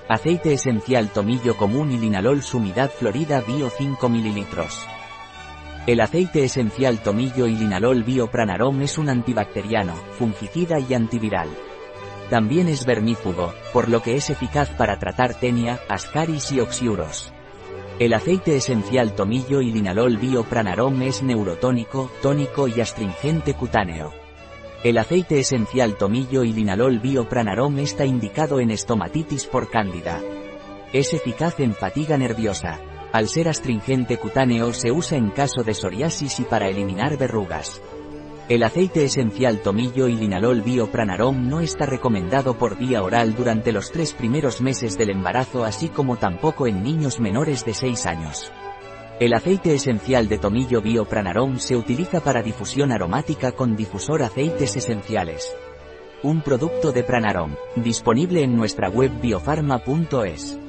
Aceite esencial tomillo común y linalol sumidad florida bio 5 ml. El aceite esencial tomillo y linalol bio Pranarom es un antibacteriano, fungicida y antiviral. También es vermífugo, por lo que es eficaz para tratar tenia, ascaris y oxiuros. El aceite esencial tomillo y linalol bio Pranarom es neurotónico, tónico y astringente cutáneo. El aceite esencial tomillo y linalol bio Pranarom está indicado en estomatitis por cándida. Es eficaz en fatiga nerviosa. Al ser astringente cutáneo se usa en caso de psoriasis y para eliminar verrugas. El aceite esencial tomillo y linalol bio Pranarom no está recomendado por vía oral durante los 3 primeros meses del embarazo, así como tampoco en niños menores de 6 años. El aceite esencial de tomillo bio Pranarom se utiliza para difusión aromática con difusor aceites esenciales. Un producto de Pranarom, disponible en nuestra web biofarma.es.